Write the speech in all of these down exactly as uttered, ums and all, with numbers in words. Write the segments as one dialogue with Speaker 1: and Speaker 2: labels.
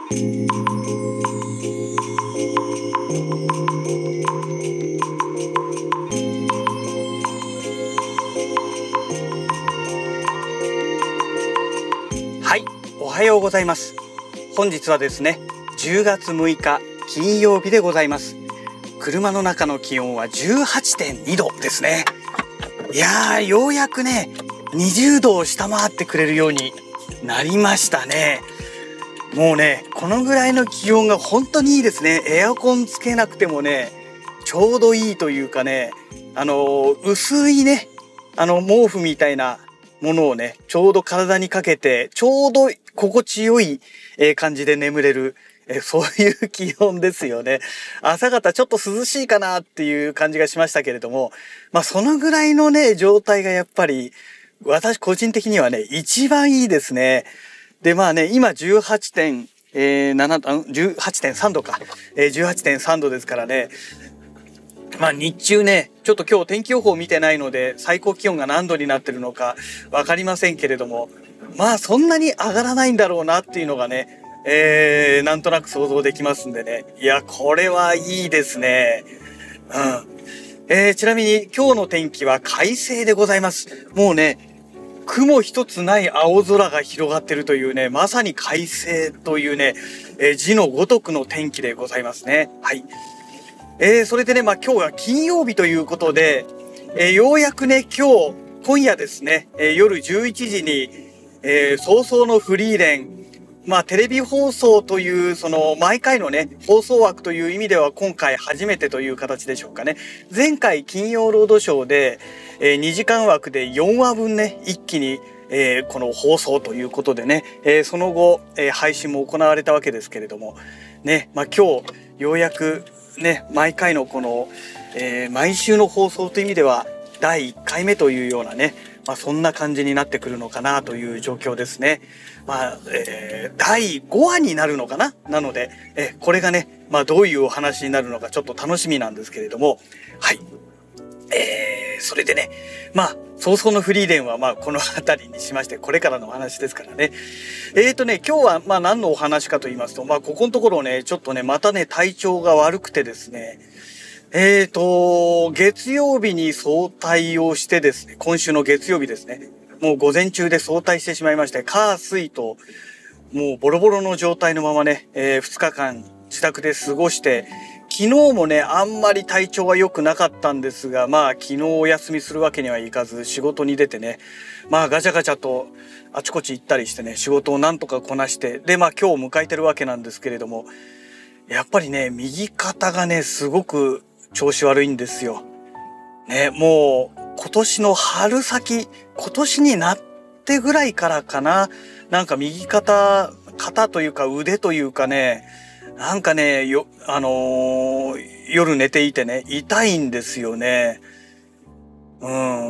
Speaker 1: はい、おはようございます。本日はですね、じゅうがつむいか金曜日でございます。車の中の気温は じゅうはちてんにどですね。いやー、ようやくね、にじゅうどを下回ってくれるようになりましたね。もうね、このぐらいの気温が本当にいいですね。エアコンつけなくてもね、ちょうどいいというかね、あの薄いね、あの毛布みたいなものをね、ちょうど体にかけて、ちょうど心地よい感じで眠れる、えそういう気温ですよね。朝方ちょっと涼しいかなっていう感じがしましたけれども、まあそのぐらいのね、状態がやっぱり、私個人的にはね、一番いいですね。で、まあね、今 じゅうはちてんなな、じゅうはちてんさんどか、えー、じゅうはちてんさんどですからね、まあ日中ね、ちょっと今日天気予報見てないので、最高気温が何度になってるのかわかりませんけれども、まあそんなに上がらないんだろうなっていうのがね、えー、なんとなく想像できますんでね。いや、これはいいですね。うん。えー、ちなみに今日の天気は快晴でございます。もうね、雲一つない青空が広がってるというね、まさに快晴というね、えー、字のごとくの天気でございますね。はい。えー、それでね、まあ今日は金曜日ということで、えー、ようやくね、今日、今夜ですね、えー、夜じゅういちじに、えー、早々のフリーレン、まあテレビ放送という、その毎回のね、放送枠という意味では今回初めてという形でしょうかね。前回金曜ロードショーで、えー、にじかん枠でよんわぶんね、一気に、えー、この放送ということでね、えー、その後、えー、配信も行われたわけですけれども、ね、まあ今日、ようやく、ね、毎回のこの、えー、毎週の放送という意味ではだいいっかいめというようなね、まあ、そんな感じになってくるのかなという状況ですね。まあ、えー、だいごわになるのかななので、えー、これがね、まあ、どういうお話になるのかちょっと楽しみなんですけれども、はい。えー、それでね、まあ、早々のフリーレンはまあこの辺りにしまして、これからのお話ですからね。えーとね、今日はまあ何のお話かと言いますと、まあここのところね、ちょっとね、またね、体調が悪くてですね、えーと、月曜日に早退をしてですね、今週の月曜日ですね、もう午前中で早退してしまいまして、火水と、もうボロボロの状態のままね、えー、ふつかかん自宅で過ごして、昨日もね、あんまり体調は良くなかったんですが、まあ昨日お休みするわけにはいかず仕事に出てね、まあガチャガチャとあちこち行ったりしてね、仕事をなんとかこなして、でまあ今日を迎えてるわけなんですけれども、やっぱりね、右肩がね、すごく調子悪いんですよ。ね、もう今年の春先、今年になってぐらいからかな、なんか右肩、肩というか腕というかね、なんかね、よ、あのー、夜寝ていてね、痛いんですよね。うん、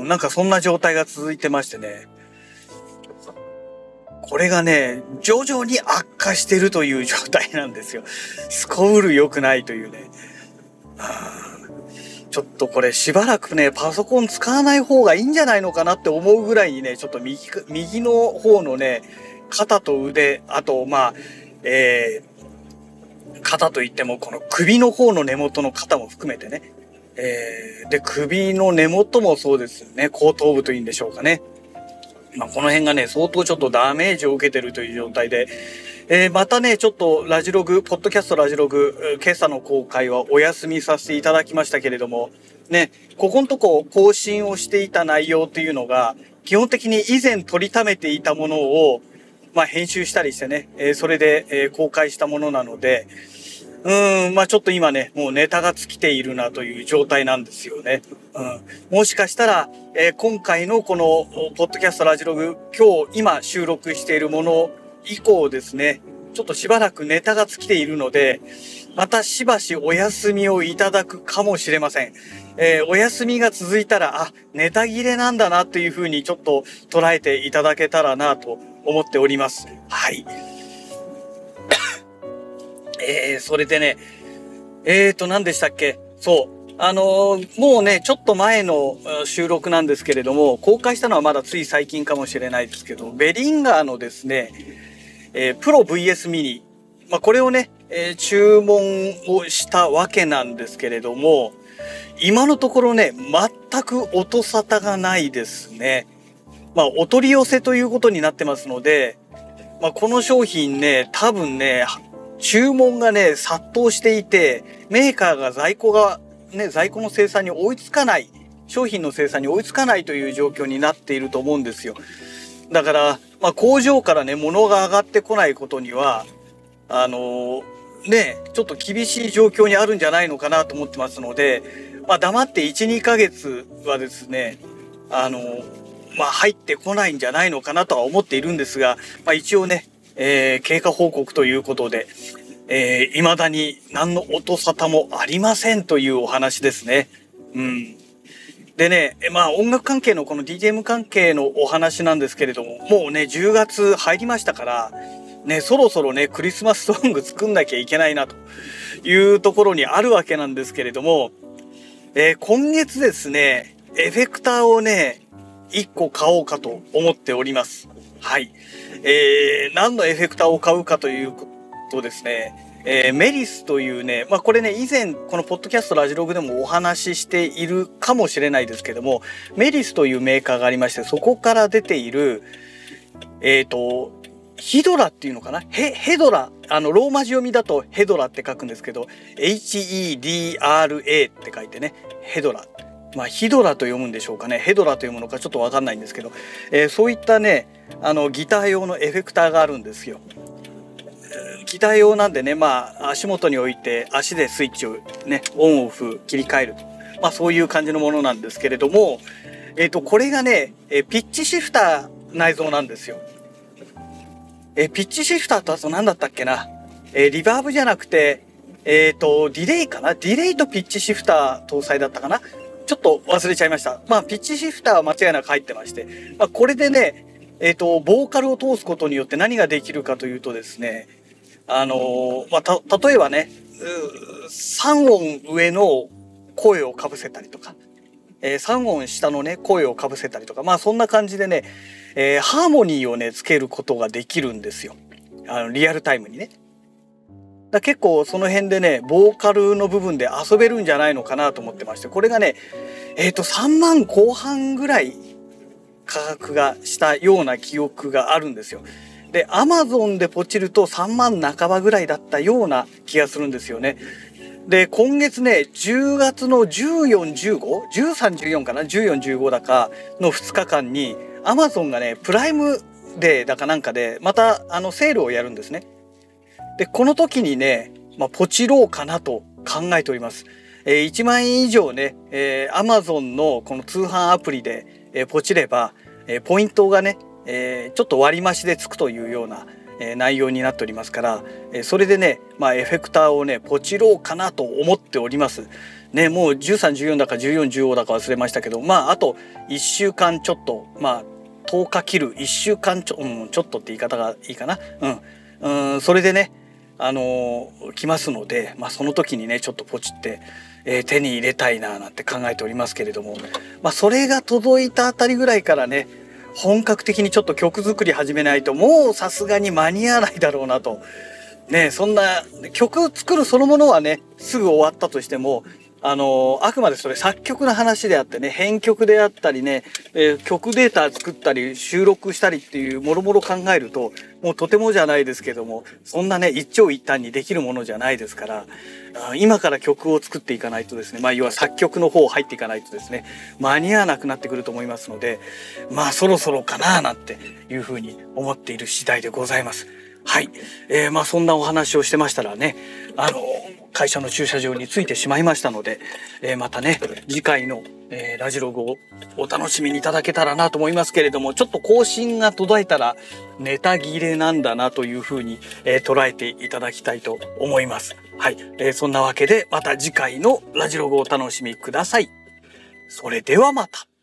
Speaker 1: なんかそんな状態が続いてましてね。これがね、徐々に悪化してるという状態なんですよ。すこぶる良くないというね。ちょっとこれしばらくね、パソコン使わない方がいいんじゃないのかなって思うぐらいにね、ちょっと右、右の方のね、肩と腕、あと、まあ、えー、肩といってもこの首の方の根元の肩も含めてね、えー、で首の根元もそうですよね、後頭部というんでしょうかね、まあ、この辺がね相当ちょっとダメージを受けてるという状態で、えー、またねちょっとラジログポッドキャストラジログ今朝の公開はお休みさせていただきましたけれどもね、ここのとこ更新をしていた内容というのが基本的に以前取りためていたものをまあ編集したりしてね、えー、それで、えー、公開したものなので、うーん、まあちょっと今ね、もうネタが尽きているなという状態なんですよね。うん、もしかしたら、えー、今回のこのポッドキャストラジログ、今日今収録しているもの以降ですね、ちょっとしばらくネタが尽きているので、またしばしお休みをいただくかもしれません。えー、お休みが続いたら、あ、ネタ切れなんだなというふうにちょっと捉えていただけたらなと思っております。はい。えー、それでね、えーと、何でしたっけ？そう。あのー、もうね、ちょっと前の収録なんですけれども、公開したのはまだつい最近かもしれないですけど、ベリンガーのですね、えー、プロ ブイエス ミニまあ、これをね、えー、注文をしたわけなんですけれども、今のところね、全く音沙汰がないですね。まあ、お取り寄せということになってますので、まあ、この商品ね、多分ね、注文がね、殺到していて、メーカーが在庫が、ね、在庫の生産に追いつかない、商品の生産に追いつかないという状況になっていると思うんですよ。だから、まあ、工場からね、物が上がってこないことには、あのー、ね、ちょっと厳しい状況にあるんじゃないのかなと思ってますので、まあ、黙っていち、にかげつはですね、あのー、まあ、入ってこないんじゃないのかなとは思っているんですが、まあ、一応ね、えー、経過報告ということで、えー、未だに何の音沙汰もありませんというお話ですね。うん。でね、まあ音楽関係のこの ディージェーエム 関係のお話なんですけれども、もうね、じゅうがつ入りましたから、ね、そろそろね、クリスマスソング作んなきゃいけないなというところにあるわけなんですけれども、えー、今月ですね、エフェクターをね、いっこ買おうかと思っております。はい。えー、何のエフェクターを買うかというとですね、えー、メリスというね、まあこれね、以前このポッドキャストラジログでもお話ししているかもしれないですけども、メリスというメーカーがありまして、そこから出ている、えっと、ヒドラっていうのかな、ヘ、ヘドラ、あの、ローマ字読みだとヘドラって書くんですけど、エイチイーディーアールエー って書いてね、ヘドラ。まあ、ヒドラと読むんでしょうかね。ヘドラというものかちょっとわかんないんですけど、えー、そういったね、あの、ギター用のエフェクターがあるんですよ。ギター用なんでね、まあ、足元に置いて、足でスイッチをね、オンオフ切り替えると。まあ、そういう感じのものなんですけれども、えっと、これがね、えピッチシフター内蔵なんですよ。えピッチシフターとあと何だったっけな。えリバーブじゃなくて、えっと、ディレイかな。ディレイとピッチシフター搭載だったかな。ちょっと忘れちゃいました。まあ、ピッチシフターは間違いなく入ってまして、まあ、これでね、えっと、ボーカルを通すことによって何ができるかというとですね、あのー、まあ、た、例えばね、さん音上の声をかぶせたりとか、えー、さん音下のね、声をかぶせたりとか、まあ、そんな感じでね、えー、ハーモニーをね、つけることができるんですよ。あの、リアルタイムにね。だ結構その辺でね、ボーカルの部分で遊べるんじゃないのかなと思ってまして、これがね、えっと、さんまんこう半ぐらい価格がしたような記憶があるんですよ。で、アマゾンでポチるとさんまん半ばぐらいだったような気がするんですよね。で、今月ね、じゅうがつのじゅうよん、じゅうご、じゅうさん、じゅうよんかな、じゅうよん、じゅうごだかのふつかかんに、アマゾンがね、プライムデーだかなんかで、また、あの、セールをやるんですね。で、この時にね、まあ、ポチろうかなと考えております。えー、いちまんえん以上ね、えー、Amazon のこの通販アプリで、えー、ポチれば、えー、ポイントがね、えー、ちょっと割増でつくというような、えー、内容になっておりますから、えー、それでね、まあ、エフェクターをね、ポチろうかなと思っております。ね、もうじゅうさん、じゅうよんだかじゅうよん、じゅうごだか忘れましたけど、まあ、あといっしゅうかんちょっと、まあ、とおか切るいっしゅうかんちょ、うん、ちょっとって言い方がいいかな。うん。うん、それでね、あのー、来ますので、まあ、その時にね、ちょっとポチって、えー、手に入れたいななんて考えておりますけれども、まあ、それが届いたあたりぐらいからね、本格的にちょっと曲作り始めないと、もうさすがに間に合わないだろうなと。ね、そんな、曲作るそのものはね、すぐ終わったとしても、あのあくまでそれ作曲の話であってね、編曲であったりね、えー、曲データ作ったり収録したりっていうもろもろ考えると、もうとてもじゃないですけども、そんなね一長一短にできるものじゃないですから、今から曲を作っていかないとですね、まあ要は作曲の方入っていかないとですね、間に合わなくなってくると思いますので、まあそろそろかななんていうふうに思っている次第でございます。はい、えー、まあそんなお話をしてましたらね、あの会社の駐車場に着いてしまいましたので、えー、またね次回の、えー、ラジログをお楽しみにいただけたらなと思いますけれども、ちょっと更新が途絶えたらネタ切れなんだなというふうに、えー、捉えていただきたいと思います。はい、えー、そんなわけでまた次回のラジログをお楽しみください。それではまた。